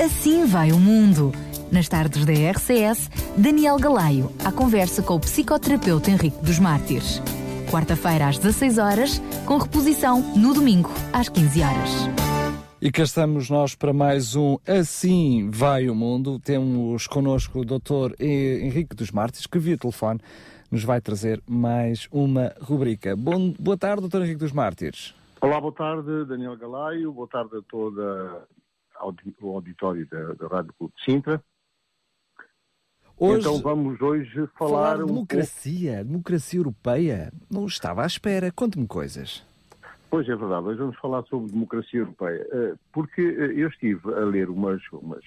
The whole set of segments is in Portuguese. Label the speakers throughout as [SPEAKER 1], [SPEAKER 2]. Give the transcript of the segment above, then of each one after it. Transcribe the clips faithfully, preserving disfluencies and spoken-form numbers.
[SPEAKER 1] Assim vai o mundo. Nas tardes da R C S, Daniel Galaio, à conversa com o psicoterapeuta Henrique dos Mártires. Quarta-feira às dezasseis horas, com reposição no domingo às quinze horas.
[SPEAKER 2] E cá estamos nós para mais um Assim Vai o Mundo. Temos connosco o doutor Henrique dos Mártires, que via telefone nos vai trazer mais uma rubrica. Bom, boa tarde, doutor Henrique dos Mártires.
[SPEAKER 3] Olá, boa tarde, Daniel Galaio. Boa tarde a toda o auditório da, da Rádio Clube de Sintra.
[SPEAKER 2] Hoje,
[SPEAKER 3] então vamos hoje falar,
[SPEAKER 2] falar de
[SPEAKER 3] um
[SPEAKER 2] democracia, pouco... democracia europeia. Não estava à espera. Conte-me coisas.
[SPEAKER 3] Pois é verdade, hoje vamos falar sobre democracia europeia, porque eu estive a ler umas, umas,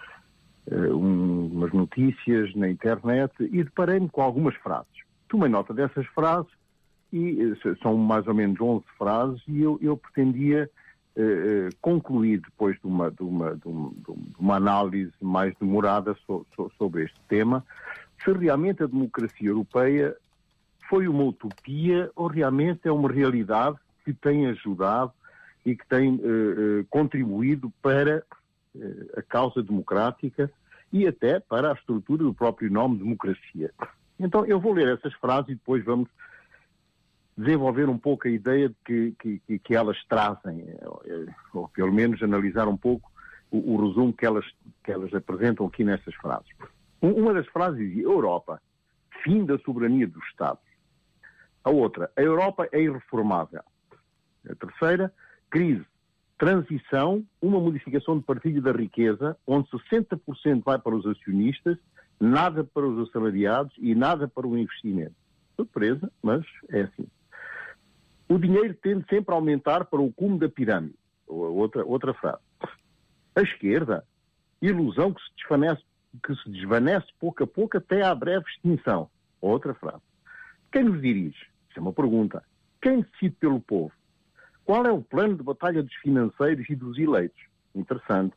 [SPEAKER 3] umas notícias na internet e deparei-me com algumas frases. Tomei nota dessas frases e são mais ou menos onze frases e eu, eu pretendia eh, concluir depois de uma, de, uma, de, uma, de uma análise mais demorada so, so, sobre este tema, se realmente a democracia europeia foi uma utopia ou realmente é uma realidade que tem ajudado e que tem eh, contribuído para eh, a causa democrática e até para a estrutura do próprio nome democracia. Então eu vou ler essas frases e depois vamos desenvolver um pouco a ideia de que, que, que elas trazem, ou pelo menos analisar um pouco o, o resumo que elas, que elas apresentam aqui nessas frases. Uma das frases dizia: Europa, fim da soberania dos Estados. A outra: a Europa é irreformável. A terceira: crise, transição, uma modificação de partilho da riqueza, onde sessenta por cento vai para os acionistas, nada para os assalariados e nada para o investimento. Surpresa, mas é assim. O dinheiro tende sempre a aumentar para o cume da pirâmide. Outra, outra frase. A esquerda, ilusão que se desvanece, que se desvanece pouco a pouco até à breve extinção. Outra frase. Quem nos dirige? Isso é uma pergunta. Quem decide pelo povo? Qual é o plano de batalha dos financeiros e dos eleitos? Interessante.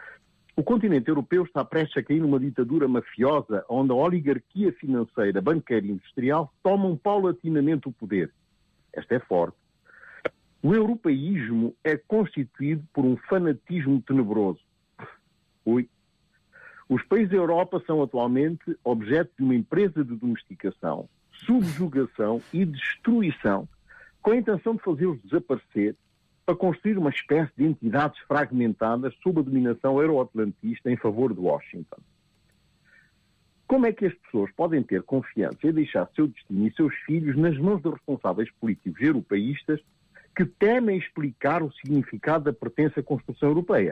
[SPEAKER 3] O continente europeu está prestes a cair numa ditadura mafiosa onde a oligarquia financeira, banqueira e industrial tomam paulatinamente o poder. Esta é forte. O europeísmo é constituído por um fanatismo tenebroso. Ui. Os países da Europa são atualmente objeto de uma empresa de domesticação, subjugação e destruição, com a intenção de fazê-los desaparecer para construir uma espécie de entidades fragmentadas sob a dominação euroatlantista em favor de Washington. Como é que as pessoas podem ter confiança e deixar seu destino e seus filhos nas mãos de responsáveis políticos europeístas que temem explicar o significado da pertença à construção europeia?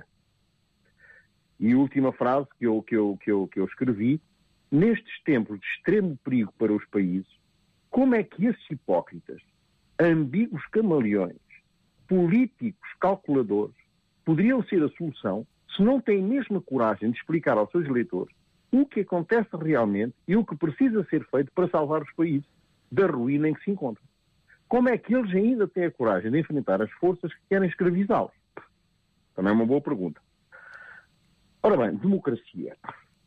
[SPEAKER 3] E a última frase que eu, que eu, que eu, que eu escrevi: nestes tempos de extremo perigo para os países, como é que esses hipócritas, ambíguos camaleões, políticos calculadores, poderiam ser a solução se não têm mesmo a coragem de explicar aos seus eleitores o que acontece realmente e o que precisa ser feito para salvar os países da ruína em que se encontram? Como é que eles ainda têm a coragem de enfrentar as forças que querem escravizá-los? Também é uma boa pergunta. Ora bem, democracia.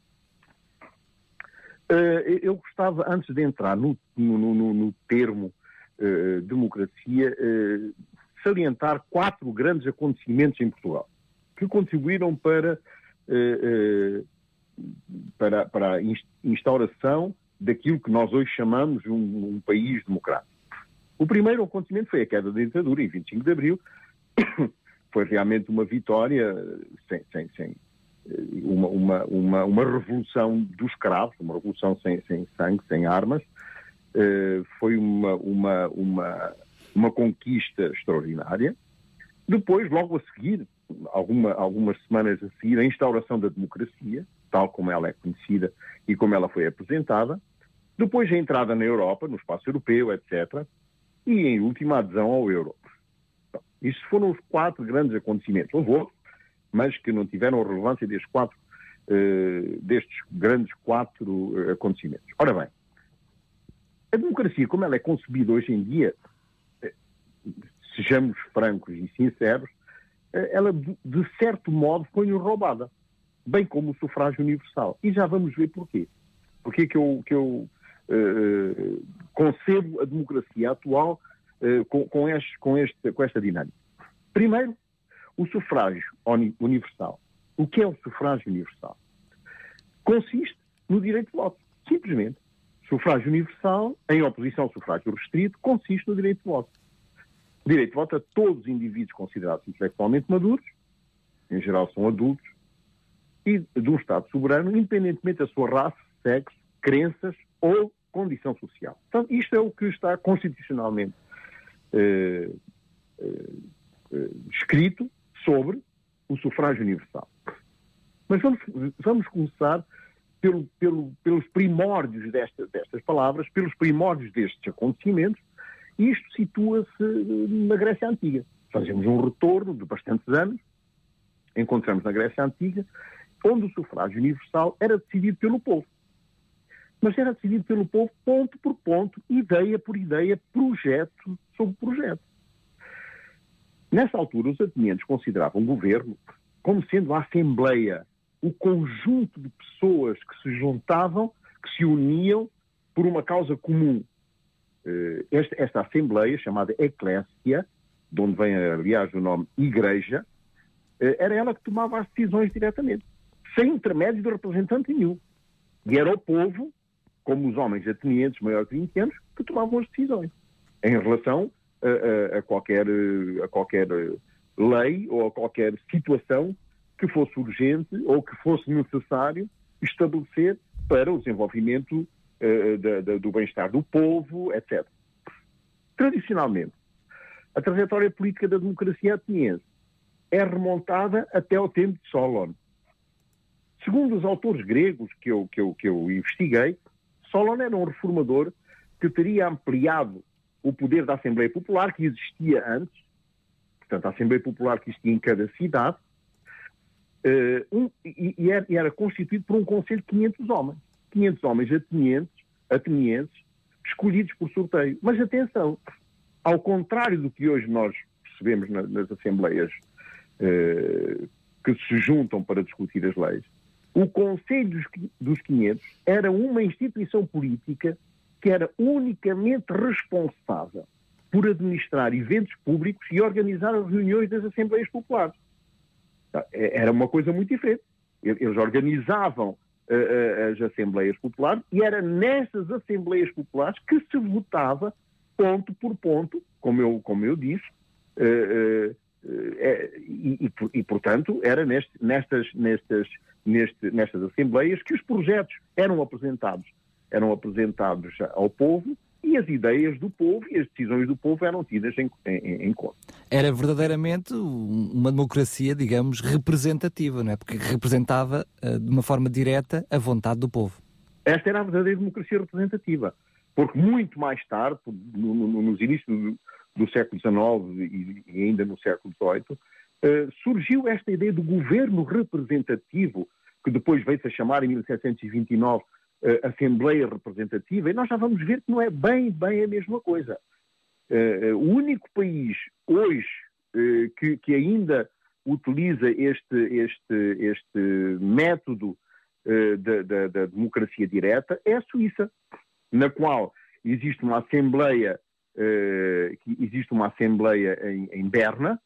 [SPEAKER 3] Uh, eu gostava, antes de entrar no, no, no, no termo uh, democracia, uh, salientar quatro grandes acontecimentos em Portugal que contribuíram para, uh, uh, para, para a instauração daquilo que nós hoje chamamos um, um país democrático. O primeiro acontecimento foi a queda da ditadura em vinte e cinco de abril. Foi realmente uma vitória sem, sem, sem uma, uma, uma, uma revolução dos escravos, uma revolução sem, sem sangue, sem armas. Uh, foi uma, uma, uma, uma conquista extraordinária. Depois, logo a seguir, alguma, algumas semanas a seguir, a instauração da democracia, tal como ela é conhecida e como ela foi apresentada. Depois a entrada na Europa, no espaço europeu, etcétera. E, em última, a adesão ao euro. Então, estes foram os quatro grandes acontecimentos. Houve outros, mas que não tiveram a relevância destes, quatro, uh, destes grandes quatro uh, acontecimentos. Ora bem, a democracia, como ela é concebida hoje em dia, uh, sejamos francos e sinceros, uh, ela, de certo modo, foi-nos roubada. Bem como o sufrágio universal. E já vamos ver porquê. Porquê que eu... Que eu Uh, concebo a democracia atual uh, com, com, este, com, este, com esta dinâmica. Primeiro, o sufrágio universal. O que é o sufrágio universal? Consiste no direito de voto. Simplesmente. Sufrágio universal, em oposição ao sufrágio restrito, consiste no direito de voto. Direito de voto a todos os indivíduos considerados intelectualmente maduros, em geral são adultos, e de um Estado soberano, independentemente da sua raça, sexo, crenças ou condição social. Portanto, isto é o que está constitucionalmente eh, eh, escrito sobre o sufrágio universal. Mas vamos, vamos começar pelo, pelo, pelos primórdios desta, destas palavras, pelos primórdios destes acontecimentos, e isto situa-se na Grécia Antiga. Fazemos um retorno de bastantes anos, encontramos na Grécia Antiga, onde o sufrágio universal era decidido pelo povo. Mas era decidido pelo povo ponto por ponto, ideia por ideia, projeto sobre projeto. Nessa altura, os atenienses consideravam o governo como sendo a Assembleia, o conjunto de pessoas que se juntavam, que se uniam por uma causa comum. Esta, esta Assembleia, chamada Eclésia, de onde vem, aliás, o nome Igreja, era ela que tomava as decisões diretamente, sem intermédio de representante nenhum. E era o povo, como os homens atenienses maiores de vinte anos, que tomavam as decisões em relação a, a, a, qualquer, a qualquer lei ou a qualquer situação que fosse urgente ou que fosse necessário estabelecer para o desenvolvimento uh, da, da, do bem-estar do povo, etcétera. Tradicionalmente, a trajetória política da democracia ateniense é remontada até ao tempo de Solon. Segundo os autores gregos que eu, que eu, que eu investiguei, Solon era um reformador que teria ampliado o poder da Assembleia Popular, que existia antes, portanto, a Assembleia Popular que existia em cada cidade, uh, um, e, e, era, e era constituído por um conselho de quinhentos homens. quinhentos homens atenienses, atenienses, escolhidos por sorteio. Mas atenção, ao contrário do que hoje nós percebemos na, nas Assembleias uh, que se juntam para discutir as leis, o Conselho dos, dos quinhentos era uma instituição política que era unicamente responsável por administrar eventos públicos e organizar as reuniões das Assembleias Populares. Era uma coisa muito diferente. Eles organizavam uh, as Assembleias Populares e era nessas Assembleias Populares que se votava ponto por ponto, como eu, como eu disse, uh, uh, uh, e, e, e, portanto, era neste, nestas, nestas, neste, nestas Assembleias que os projetos eram apresentados, eram apresentados ao povo, e as ideias do povo e as decisões do povo eram tidas em, em, em conta.
[SPEAKER 2] Era verdadeiramente uma democracia, digamos, representativa, não é? Porque representava uh, de uma forma direta a vontade do povo.
[SPEAKER 3] Esta era a verdadeira democracia representativa, porque muito mais tarde, no, no, nos inícios do, do século dezenove e, e ainda no século dezoito, uh, surgiu esta ideia do governo representativo, que depois veio-se a chamar em mil setecentos e vinte e nove Uh, Assembleia Representativa, e nós já vamos ver que não é bem, bem a mesma coisa. Uh, uh, o único país hoje uh, que, que ainda utiliza este, este, este método uh, da, da, da democracia direta é a Suíça, na qual existe uma Assembleia, uh, que existe uma Assembleia em, em Berna,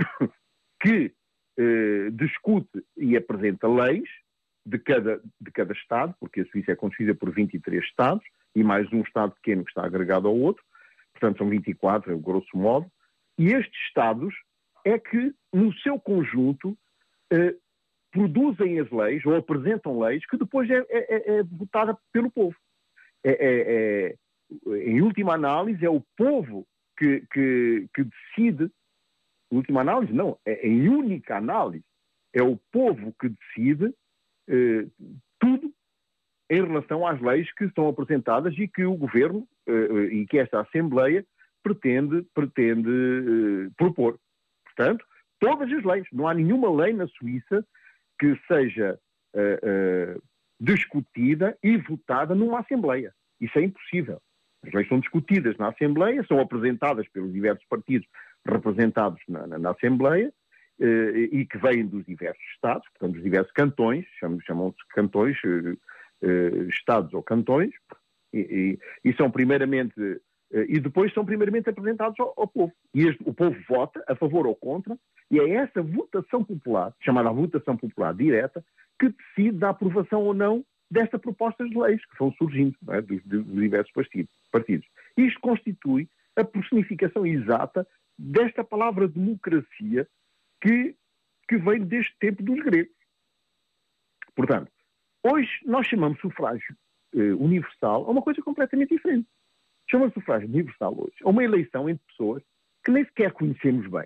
[SPEAKER 3] que uh, discute e apresenta leis de cada, de cada Estado, porque a Suíça é constituída por vinte e três Estados, e mais um Estado pequeno que está agregado ao outro, portanto são vinte e quatro, grosso modo, e estes Estados é que, no seu conjunto, eh, produzem as leis, ou apresentam leis, que depois é, é, é votada pelo povo. É, é, é, em última análise, é o povo que, que, que decide, em última análise, não, é em única análise, é o povo que decide Uh, tudo em relação às leis que são apresentadas e que o Governo uh, e que esta Assembleia pretende, pretende uh, propor. Portanto, todas as leis. Não há nenhuma lei na Suíça que seja uh, uh, discutida e votada numa Assembleia. Isso é impossível. As leis são discutidas na Assembleia, são apresentadas pelos diversos partidos representados na, na, na Assembleia, Uh, e que vêm dos diversos Estados, portanto, dos diversos cantões, chamam-se chamam cantões, uh, uh, Estados ou cantões, e, e, e são primeiramente E depois são primeiramente apresentados ao, ao povo. E este, o povo vota a favor ou contra, e é essa votação popular, chamada votação popular direta, que decide da aprovação ou não destas propostas de leis que vão surgindo, não é? dos, dos diversos partidos. Isto constitui a personificação exata desta palavra democracia que, que vem deste tempo dos gregos. Portanto, hoje nós chamamos sufrágio eh, universal a uma coisa completamente diferente. Chama-se sufrágio universal hoje a uma eleição entre pessoas que nem sequer conhecemos bem.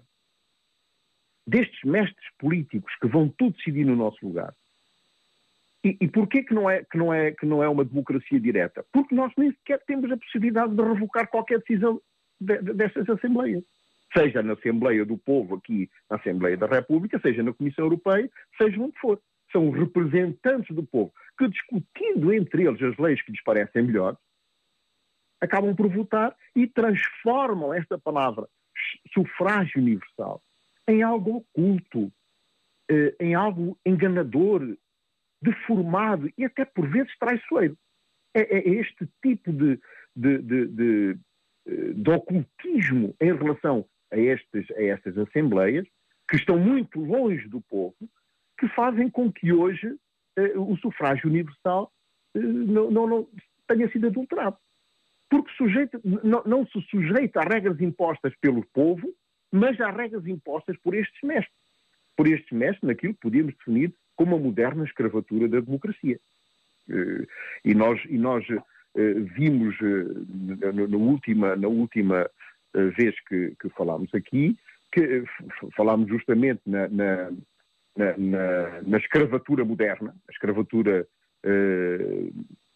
[SPEAKER 3] Destes mestres políticos que vão tudo decidir no nosso lugar. E, e porquê que não, é, que, não é, que não é uma democracia direta? Porque nós nem sequer temos a possibilidade de revocar qualquer decisão de, de, destas assembleias. Seja na Assembleia do Povo, aqui na Assembleia da República, seja na Comissão Europeia, seja onde for. São os representantes do povo que, discutindo entre eles as leis que lhes parecem melhores, acabam por votar e transformam esta palavra sufrágio universal em algo oculto, em algo enganador, deformado e até por vezes traiçoeiro. É, é este tipo de, de, de, de, de ocultismo em relação a, estes, a estas assembleias, que estão muito longe do povo, que fazem com que hoje eh, o sufrágio universal eh, não, não, não tenha sido adulterado. Porque sujeita, não, não se sujeita a regras impostas pelo povo, mas a regras impostas por estes mestres. Por estes mestres naquilo que podíamos definir como a moderna escravatura da democracia. Eh, e nós, e nós eh, vimos eh, na, na última, na última eh, vez que, que falámos aqui, que eh, falámos justamente na, na, na, na, na escravatura moderna, a escravatura, eh,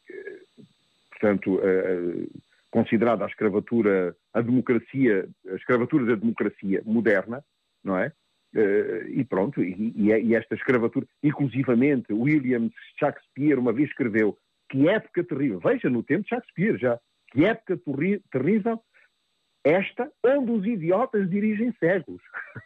[SPEAKER 3] portanto, eh, considerada a escravatura, a democracia, a escravatura da democracia moderna, não é? Uh, e pronto, e, e esta escravatura, inclusivamente William Shakespeare uma vez escreveu: que época terrível, veja, no tempo de Shakespeare já, que época terrível esta, onde os idiotas dirigem cegos.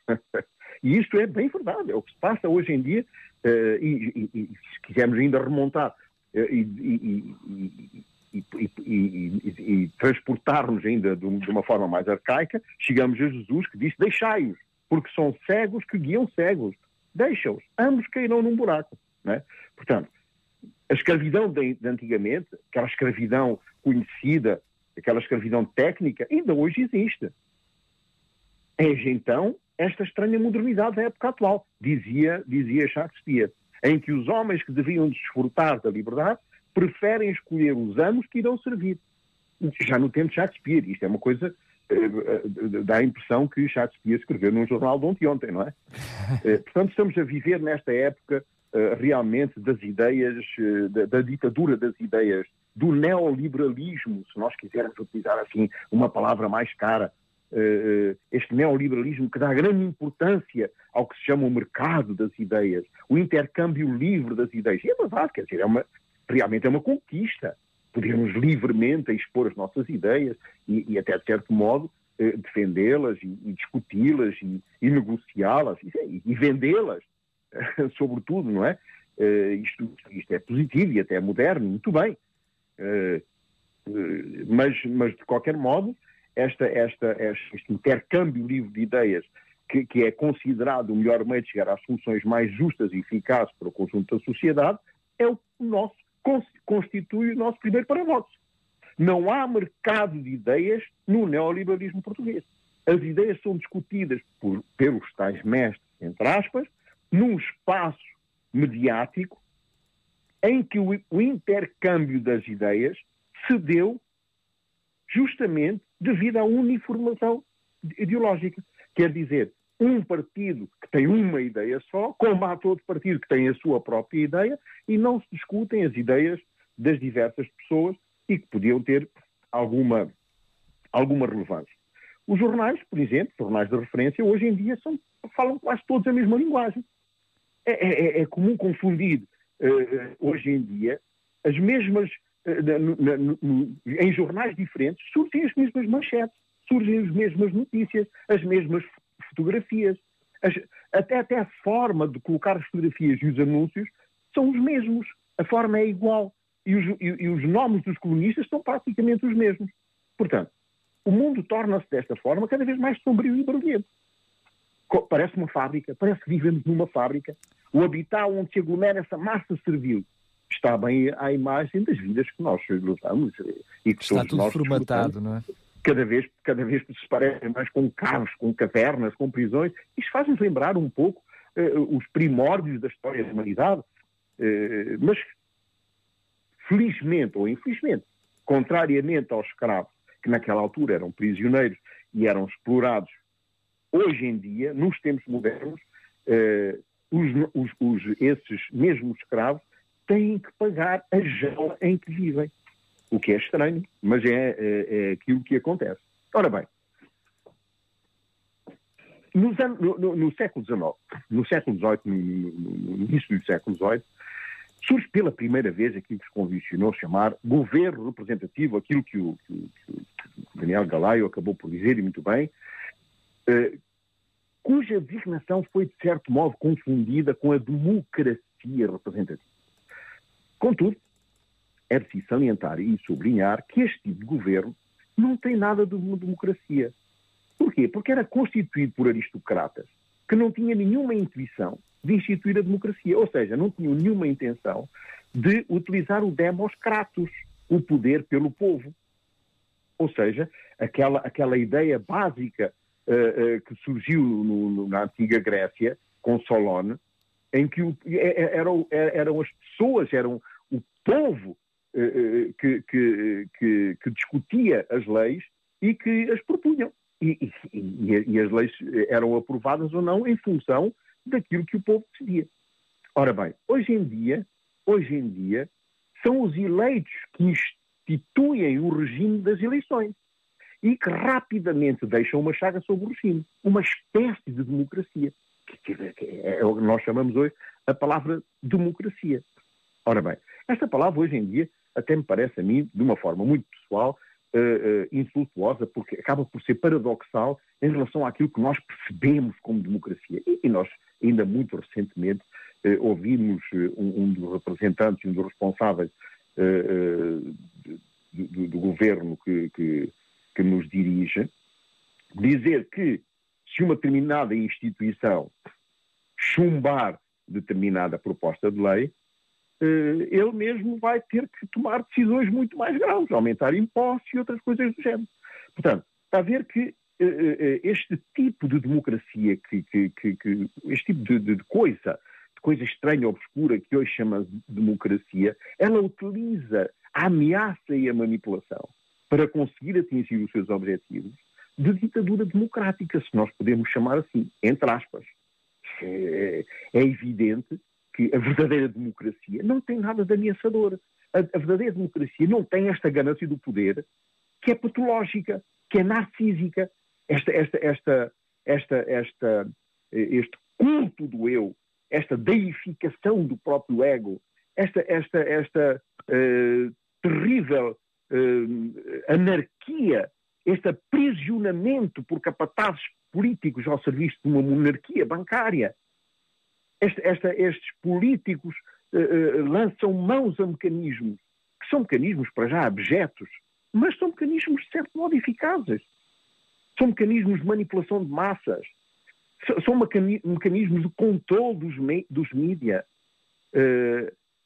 [SPEAKER 3] E isto é bem verdade, é o que se passa hoje em dia, uh, e, e, e se quisermos ainda remontar uh, e, e, e, e, e, e transportar-nos ainda de uma forma mais arcaica, chegamos a Jesus que disse: deixai-os, porque são cegos que guiam cegos. Deixa-os. Ambos cairão num buraco. Não é? Portanto, a escravidão de, de antigamente, aquela escravidão conhecida, aquela escravidão técnica, ainda hoje existe. Eis então esta estranha modernidade da época atual, dizia, dizia Shakespeare, em que os homens que deviam desfrutar da liberdade preferem escolher os amos que irão servir. Já no tempo de Shakespeare, isto é uma coisa... dá a impressão que Shakespeare escreveu num jornal de ontem, ontem, não é? Portanto, estamos a viver nesta época realmente das ideias, da, da ditadura das ideias, do neoliberalismo, se nós quisermos utilizar assim uma palavra mais cara, este neoliberalismo que dá grande importância ao que se chama o mercado das ideias, o intercâmbio livre das ideias. E é verdade, quer dizer, é uma, realmente é uma conquista. Podemos livremente expor as nossas ideias e, e até, de certo modo, eh, defendê-las e, e discuti-las e, e negociá-las e, e vendê-las, sobretudo, não é? Uh, isto, isto é positivo e até moderno, muito bem. Uh, uh, mas, mas, de qualquer modo, esta, esta, este intercâmbio livre de ideias, que, que é considerado o melhor meio de chegar às soluções mais justas e eficazes para o conjunto da sociedade, é o nosso constitui o nosso primeiro paradoxo. Não há mercado de ideias no neoliberalismo português. As ideias são discutidas por, pelos tais mestres, entre aspas, num espaço mediático em que o, o intercâmbio das ideias se deu justamente devido à uniformação ideológica. Quer dizer, um partido que tem uma ideia só combate outro partido que tem a sua própria ideia e não se discutem as ideias das diversas pessoas e que podiam ter alguma, alguma relevância. Os jornais, por exemplo, jornais de referência, hoje em dia são, falam quase todos a mesma linguagem. É, é, é comum confundir, uh, hoje em dia, as mesmas, uh, na, na, no, em jornais diferentes, surgem as mesmas manchetes, surgem as mesmas notícias, as mesmas fotografias. As, até, até a forma de colocar as fotografias e os anúncios são os mesmos. A forma é igual. E os, e, e os nomes dos colunistas são praticamente os mesmos. Portanto, o mundo torna-se desta forma cada vez mais sombrio e barulhento. Parece uma fábrica, parece que vivemos numa fábrica. O habitat onde se aglomera essa massa servil está bem à imagem das vidas que nós levamos. E que
[SPEAKER 2] está tudo
[SPEAKER 3] nós
[SPEAKER 2] formatado, não é?
[SPEAKER 3] Cada vez, cada vez se parecem mais com carros, com cavernas, com prisões. Isto faz-nos lembrar um pouco uh, os primórdios da história da humanidade. Uh, mas, felizmente ou infelizmente, contrariamente aos escravos, que naquela altura eram prisioneiros e eram explorados, hoje em dia, nos tempos modernos, uh, os, os, os, esses mesmos escravos têm que pagar a jaula em que vivem. O que é estranho, mas é, é, é aquilo que acontece. Ora bem, nos anos, no, no, no século dezenove, no século dezoito, no, no início do século dezoito, surge pela primeira vez aquilo que se convencionou chamar governo representativo, aquilo que o, que, que o Daniel Galaio acabou por dizer, e muito bem, eh, cuja designação foi, de certo modo, confundida com a democracia representativa. Contudo, é preciso salientar e sublinhar que este tipo de governo não tem nada de uma democracia. Porquê? Porque era constituído por aristocratas que não tinham nenhuma intuição de instituir a democracia. Ou seja, não tinham nenhuma intenção de utilizar o demos kratos, o poder pelo povo. Ou seja, aquela, aquela ideia básica uh, uh, que surgiu no, no, na antiga Grécia, com Solone, em que o, eram, eram as pessoas, eram o povo Que, que, que, que discutia as leis e que as propunham. E, e, e as leis eram aprovadas ou não em função daquilo que o povo decidia. Ora bem, hoje em dia, hoje em dia, são os eleitos que instituem o regime das eleições e que rapidamente deixam uma chaga sobre o regime. Uma espécie de democracia. Que, que é o que nós chamamos hoje a palavra democracia. Ora bem, esta palavra hoje em dia até me parece a mim, de uma forma muito pessoal, uh, uh, insultuosa, porque acaba por ser paradoxal em relação àquilo que nós percebemos como democracia. E, e nós, ainda muito recentemente, uh, ouvimos uh, um, um dos representantes, um dos responsáveis uh, uh, do, do, do governo que, que, que nos dirige, dizer que se uma determinada instituição chumbar determinada proposta de lei, ele mesmo vai ter que tomar decisões muito mais graves, aumentar impostos e outras coisas do género. Portanto, está a ver que este tipo de democracia, que, que, que, que este tipo de, de coisa, de coisa estranha, obscura, que hoje chama de democracia, ela utiliza a ameaça e a manipulação para conseguir atingir os seus objetivos de ditadura democrática, se nós podemos chamar assim, entre aspas. É, é evidente que a verdadeira democracia não tem nada de ameaçador. A, a verdadeira democracia não tem esta ganância do poder que é patológica, que é narcísica. Esta, esta, esta, esta, esta, este culto do eu, esta deificação do próprio ego, esta, esta, esta uh, terrível uh, anarquia, este aprisionamento por capatazes políticos ao serviço de uma monarquia bancária. Esta, esta, estes políticos uh, uh, lançam mãos a mecanismos, que são mecanismos para já abjetos, mas são mecanismos de certo modo eficazes. São mecanismos de manipulação de massas, são mecanismos de controle dos, dos mídia. Uh,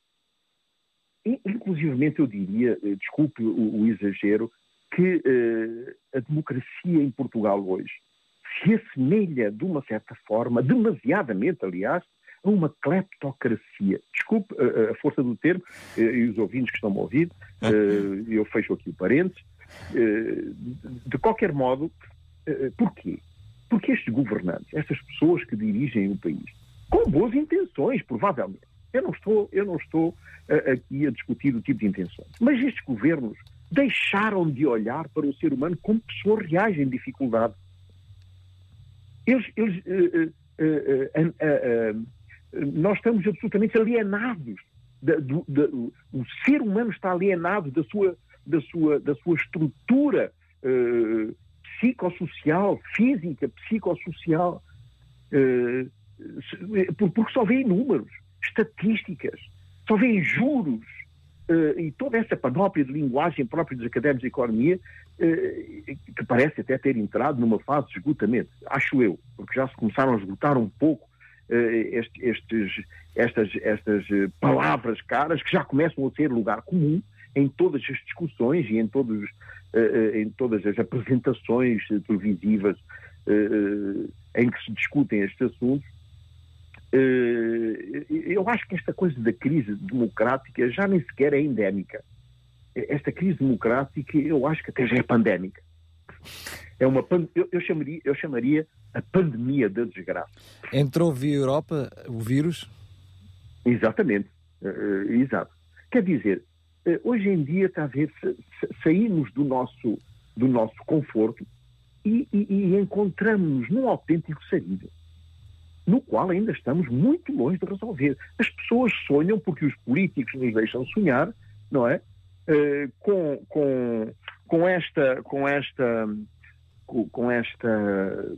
[SPEAKER 3] inclusivamente eu diria, uh, desculpe o, o exagero, que uh, a democracia em Portugal hoje se assemelha de uma certa forma, demasiadamente aliás, a uma cleptocracia. Desculpe uh, a força do termo, uh, e os ouvintes que estão a ouvir, uh, eu fecho aqui o parênteses. Uh, de qualquer modo, uh, porquê? Porque estes governantes, estas pessoas que dirigem o país, com boas intenções, provavelmente, eu não estou, eu não estou uh, aqui a discutir o tipo de intenções, mas estes governos deixaram de olhar para o ser humano como pessoas reais em dificuldade. Eles, eles uh, uh, uh, uh, uh, nós estamos absolutamente alienados. Da, do, da, o ser humano está alienado da sua, da sua, da sua estrutura uh, psicossocial, física, psicossocial, uh, porque só vê números, estatísticas, só vê juros, uh, e toda essa panóplia de linguagem própria dos académicos de economia, uh, que parece até ter entrado numa fase de esgotamento, acho eu, porque já se começaram a esgotar um pouco uh, este, estes, estas, estas uh, palavras caras que já começam a ser lugar comum em todas as discussões e em, todos, uh, em todas as apresentações televisivas uh, em que se discutem estes assuntos. Uh, eu acho que esta coisa da crise democrática já nem sequer é endémica. Esta crise democrática eu acho que até já é pandémica. É uma, eu, eu, chamaria, eu chamaria a pandemia da desgraça.
[SPEAKER 2] Entrou via Europa o vírus?
[SPEAKER 3] Exatamente. Uh, exato. Quer dizer, hoje em dia, está a ver, saímos do nosso, do nosso conforto e, e, e encontramos-nos num autêntico sarilho, no qual ainda estamos muito longe de resolver. As pessoas sonham porque os políticos nos deixam sonhar, não é? Uh, com, com, com esta, com esta, com, com esta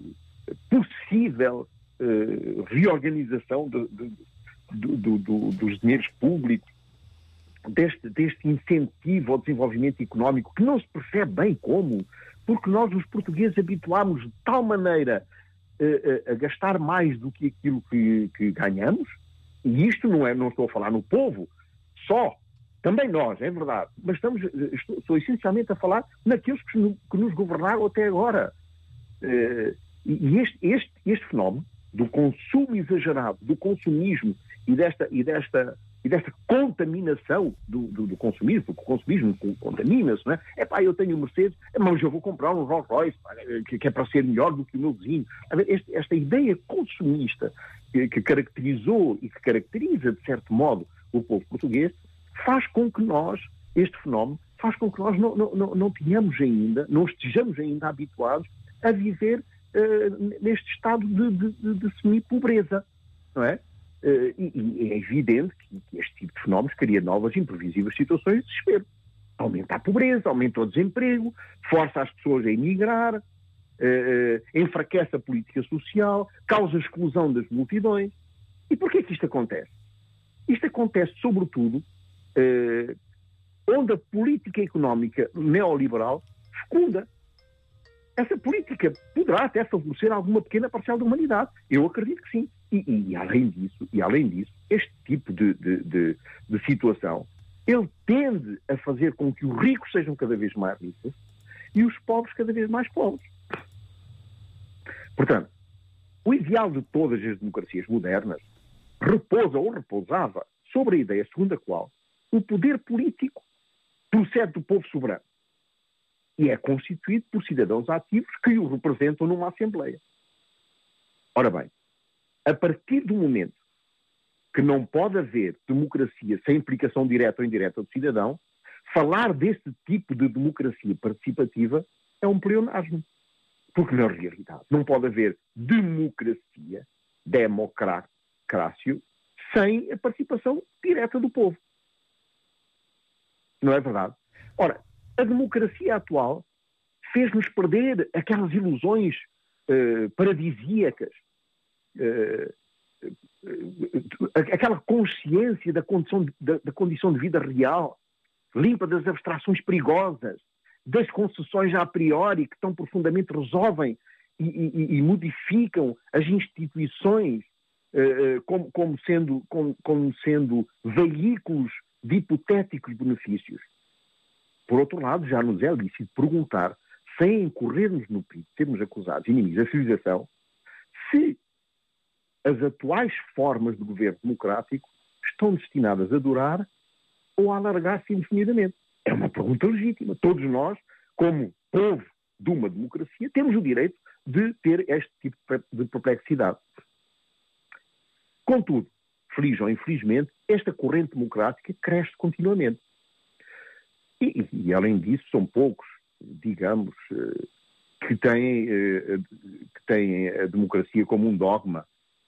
[SPEAKER 3] possível uh, reorganização de, de, do, do, do, dos dinheiros públicos, Deste, deste incentivo ao desenvolvimento económico, que não se percebe bem como, porque nós, os portugueses, habituámos de tal maneira a, a, a gastar mais do que aquilo que, que ganhamos, e isto não é, não estou a falar no povo, só, também nós, é verdade, mas estamos, estou, estou essencialmente a falar naqueles que, no, que nos governaram até agora. Uh, e este, este, este fenómeno do consumo exagerado, do consumismo e desta... E desta e desta contaminação do, do, do consumismo, porque o consumismo contamina-se, não é? É pá, eu tenho um Mercedes, mas eu vou comprar um Rolls Royce, pá, que, que é para ser melhor do que o meu vizinho. Este, esta ideia consumista que, que caracterizou e que caracteriza, de certo modo, o povo português, faz com que nós, este fenómeno, faz com que nós não, não, não, não tenhamos ainda, não estejamos ainda habituados a viver uh, neste estado de, de, de, de semi-pobreza, não é? Uh, e, e é evidente que, que este tipo de fenómenos cria novas e imprevisíveis situações de desespero. Aumenta a pobreza, aumenta o desemprego, força as pessoas a emigrar, uh, uh, enfraquece a política social, causa a exclusão das multidões. E porquê que isto acontece? Isto acontece, sobretudo, uh, onde a política económica neoliberal fecunda. Essa política poderá até favorecer alguma pequena parcela da humanidade. Eu acredito que sim. E, e, além disso, e além disso, este tipo de, de, de, de situação, ele tende a fazer com que os ricos sejam cada vez mais ricos e os pobres cada vez mais pobres. Portanto, o ideal de todas as democracias modernas repousa ou repousava sobre a ideia segundo a qual o poder político procede do povo soberano e é constituído por cidadãos ativos que o representam numa Assembleia. Ora bem, a partir do momento que não pode haver democracia sem implicação direta ou indireta do cidadão, falar desse tipo de democracia participativa é um pleonasmo. Porque, na realidade, não pode haver democracia, democrácio, sem a participação direta do povo. Não é verdade? Ora, a democracia atual fez-nos perder aquelas ilusões uh, paradisíacas, uh, uh, aquela consciência da condição de, da, da condição de vida real, limpa das abstrações perigosas, das concessões a priori que tão profundamente resolvem e, e, e modificam as instituições uh, como, como, sendo, como, como sendo veículos de hipotéticos benefícios. Por outro lado, já nos é lícito perguntar, sem incorrermos no perigo de sermos acusados de inimigos da civilização, se as atuais formas de governo democrático estão destinadas a durar ou a alargar-se indefinidamente. É uma pergunta legítima. Todos nós, como povo de uma democracia, temos o direito de ter este tipo de perplexidade. Contudo, feliz ou infelizmente, esta corrente democrática cresce continuamente. E, e, além disso, são poucos, digamos, que têm, que têm a democracia como um dogma,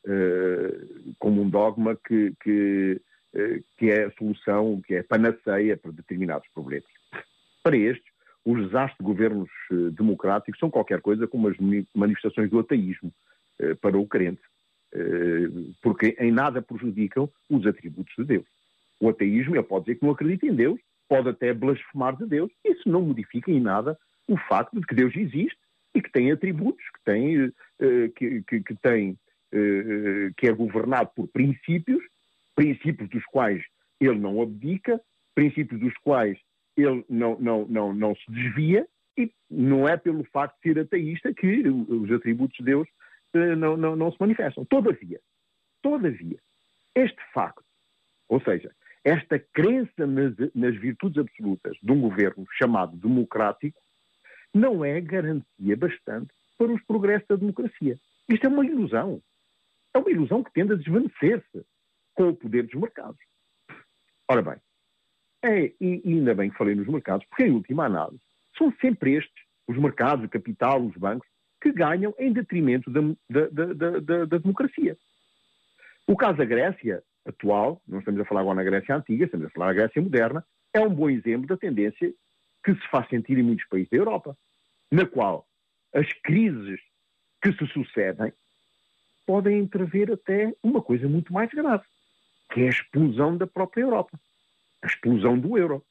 [SPEAKER 3] como um dogma que, que, que é a solução, que é a panaceia para determinados problemas. Para estes, os desastres de governos democráticos são qualquer coisa como as manifestações do ateísmo para o crente, porque em nada prejudicam os atributos de Deus. O ateísmo, ele pode dizer que não acredita em Deus, pode até blasfemar de Deus. Isso não modifica em nada o facto de que Deus existe e que tem atributos, que tem, uh, que, que, que, tem uh, que é governado por princípios, princípios dos quais ele não abdica, princípios dos quais ele não, não, não, não se desvia, e não é pelo facto de ser ateísta que os atributos de Deus uh, não, não, não se manifestam. Todavia, todavia, este facto, ou seja, esta crença nas, nas virtudes absolutas de um governo chamado democrático, não é garantia bastante para os progressos da democracia. Isto é uma ilusão. É uma ilusão que tende a desvanecer-se com o poder dos mercados. Ora bem, é, e ainda bem que falei nos mercados, porque em última análise são sempre estes, os mercados, o capital, os bancos, que ganham em detrimento da, da, da, da, da democracia. O caso da Grécia atual, não estamos a falar agora na Grécia antiga, estamos a falar na Grécia moderna, é um bom exemplo da tendência que se faz sentir em muitos países da Europa, na qual as crises que se sucedem podem entrever até uma coisa muito mais grave, que é a explosão da própria Europa, a explosão do euro.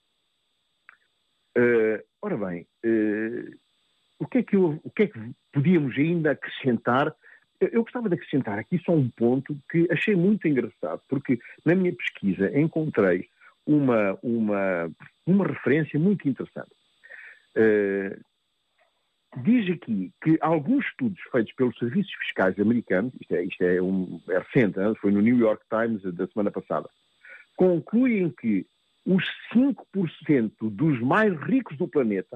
[SPEAKER 3] Uh, ora bem, uh, o, que é que eu, o que é que podíamos ainda acrescentar? Eu gostava de acrescentar aqui só um ponto que achei muito engraçado, porque na minha pesquisa encontrei uma, uma, uma referência muito interessante. Uh, diz aqui que alguns estudos feitos pelos serviços fiscais americanos, isto é, isto é, um, é recente, hein? Foi no New York Times da semana passada, concluem que os cinco por cento dos mais ricos do planeta,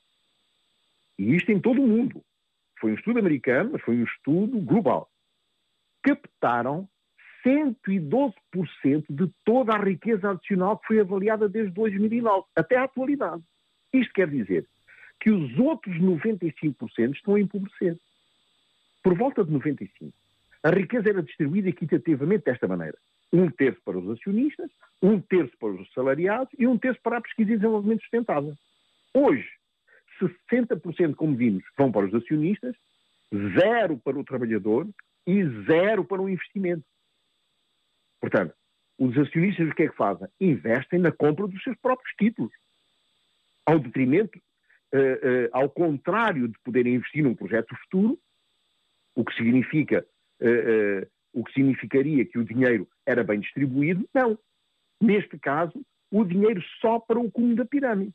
[SPEAKER 3] e isto em todo o mundo, foi um estudo americano, mas foi um estudo global, captaram cento e doze por cento de toda a riqueza adicional que foi avaliada desde dois mil e nove até à atualidade. Isto quer dizer que os outros noventa e cinco por cento estão a empobrecer. Por volta de noventa e cinco por cento, a riqueza era distribuída equitativamente desta maneira. Um terço para os acionistas, um terço para os salariados e um terço para a pesquisa e desenvolvimento sustentável. Hoje, sessenta por cento, como vimos, vão para os acionistas, zero para o trabalhador e zero para o investimento. Portanto, os acionistas o que é que fazem? Investem na compra dos seus próprios títulos. Ao detrimento, uh, uh, ao contrário de poderem investir num projeto futuro, o que significa, uh, uh, o que significaria que o dinheiro era bem distribuído, não. Neste caso, o dinheiro só para o cume da pirâmide.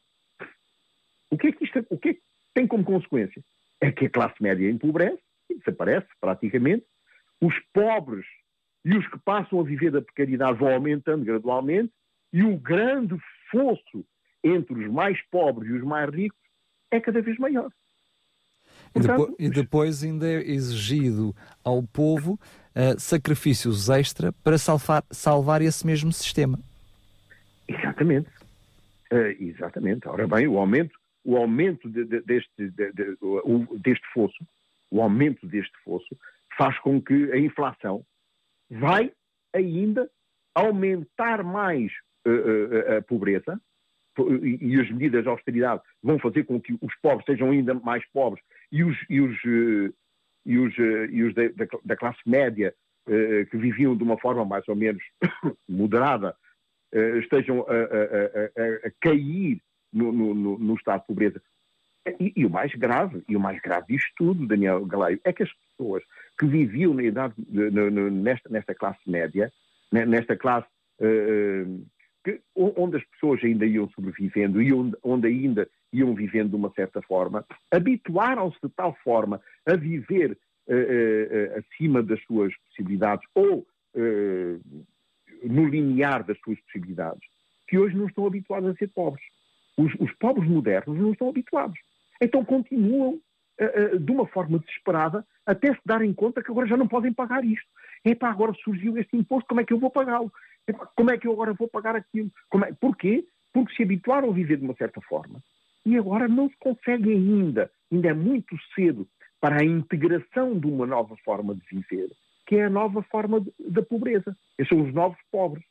[SPEAKER 3] O que é que isto o que é que tem como consequência? É que a classe média empobrece e desaparece praticamente. Os pobres e os que passam a viver da precariedade vão aumentando gradualmente e o grande fosso entre os mais pobres e os mais ricos é cada vez maior.
[SPEAKER 2] Portanto, e, depois, e depois ainda é exigido ao povo uh, sacrifícios extra para salvar, salvar esse mesmo sistema.
[SPEAKER 3] Exatamente. Uh, exatamente. Ora bem, o aumento O aumento de, de, deste, de, de, o, deste fosso, o aumento deste fosso, faz com que a inflação vai ainda aumentar mais uh, uh, a pobreza e, e as medidas de austeridade vão fazer com que os pobres sejam ainda mais pobres e os, e os, uh, e os, uh, e os da, da classe média uh, que viviam de uma forma mais ou menos moderada uh, estejam a, a, a, a cair No, no, no estado de pobreza. E, e o mais grave, e o mais grave disto tudo, Daniel Galaio, é que as pessoas que viviam na idade, no, no, nesta, nesta classe média, nesta classe uh, que, onde as pessoas ainda iam sobrevivendo e onde, onde ainda iam vivendo de uma certa forma, habituaram-se de tal forma a viver uh, uh, acima das suas possibilidades ou uh, no limiar das suas possibilidades, que hoje não estão habituados a ser pobres. Os, os pobres modernos não estão habituados. Então continuam uh, uh, de uma forma desesperada até se darem conta que agora já não podem pagar isto. Epá, agora surgiu este imposto, como é que eu vou pagá-lo? Epá, como é que eu agora vou pagar aquilo? Como é... Porquê? Porque se habituaram a viver de uma certa forma. E agora não se consegue ainda, ainda é muito cedo, para a integração de uma nova forma de viver, que é a nova forma de, da pobreza. Esses são os novos pobres.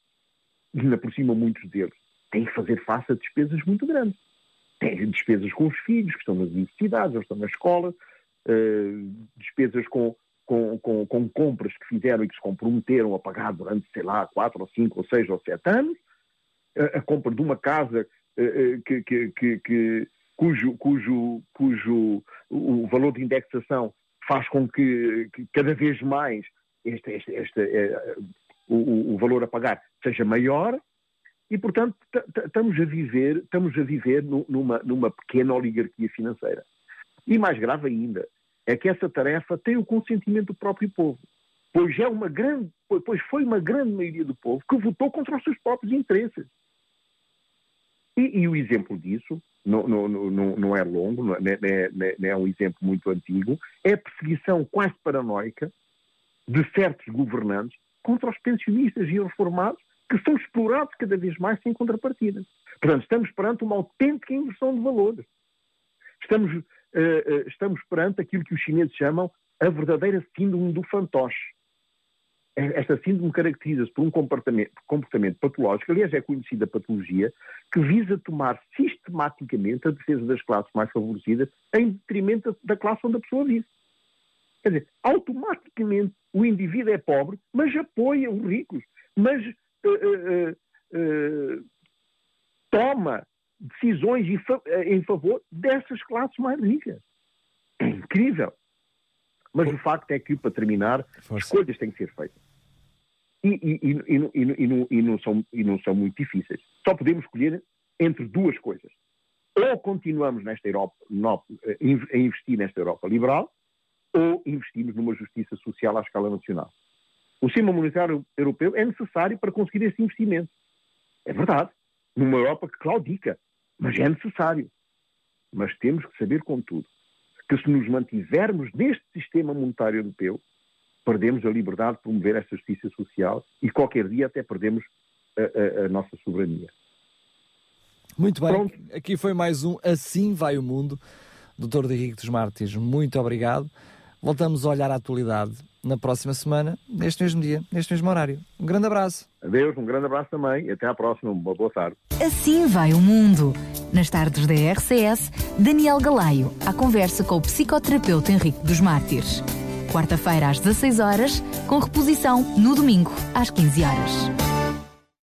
[SPEAKER 3] E ainda por cima muitos deles têm que fazer face a despesas muito grandes. Têm despesas com os filhos, que estão nas universidades, ou estão na escola, uh, despesas com, com, com, com compras que fizeram e que se comprometeram a pagar durante, sei lá, quatro, ou cinco, ou seis, ou sete anos, a, a compra de uma casa uh, que, que, que, que, cujo, cujo, cujo o valor de indexação faz com que, que cada vez mais este, este, este, uh, o, o valor a pagar seja maior. E, portanto, estamos a viver, estamos a viver numa, numa pequena oligarquia financeira. E mais grave ainda, é que essa tarefa tem o consentimento do próprio povo. Pois, é uma grande, pois foi uma grande maioria do povo que votou contra os seus próprios interesses. E, e o exemplo disso, não, não, não, não é longo, não é, não, é, não é um exemplo muito antigo, é a perseguição quase paranoica de certos governantes contra os pensionistas e reformados, que são explorados cada vez mais sem contrapartida. Portanto, estamos perante uma autêntica inversão de valores. Estamos, uh, uh, estamos perante aquilo que os chineses chamam a verdadeira síndrome do fantoche. Esta síndrome caracteriza-se por um comportamento, comportamento patológico, aliás é conhecida a patologia, que visa tomar sistematicamente a defesa das classes mais favorecidas em detrimento da classe onde a pessoa vive. Quer dizer, automaticamente o indivíduo é pobre, mas apoia os ricos, mas Uh, uh, uh, toma decisões em, fa- em favor dessas classes mais ricas. É incrível. Mas o facto é que, para terminar, Força. escolhas têm que ser feitas. E, e, e, e, e, e, não, e, não são, e não são muito difíceis. Só podemos escolher entre duas coisas. Ou continuamos nesta Europa, no, a investir nesta Europa liberal, ou investimos numa justiça social à escala nacional. O sistema monetário europeu é necessário para conseguir esse investimento. É verdade. Numa Europa que claudica. Mas é necessário. Mas temos que saber, contudo, que se nos mantivermos neste sistema monetário europeu, perdemos a liberdade de promover esta justiça social e qualquer dia até perdemos a, a, a nossa soberania.
[SPEAKER 2] Muito bem.
[SPEAKER 3] Pronto.
[SPEAKER 2] Aqui foi mais um Assim Vai o Mundo. doutor Henrique dos Mártires, muito obrigado. Voltamos a olhar a atualidade na próxima semana, neste mesmo dia, neste mesmo horário. Um grande abraço.
[SPEAKER 3] Adeus, um grande abraço também e até à próxima. Uma boa tarde.
[SPEAKER 1] Assim vai o mundo. Nas tardes da R C S, Daniel Galaio, à conversa com o psicoterapeuta Henrique dos Mártires. Quarta-feira às dezasseis horas, com reposição no domingo às quinze horas.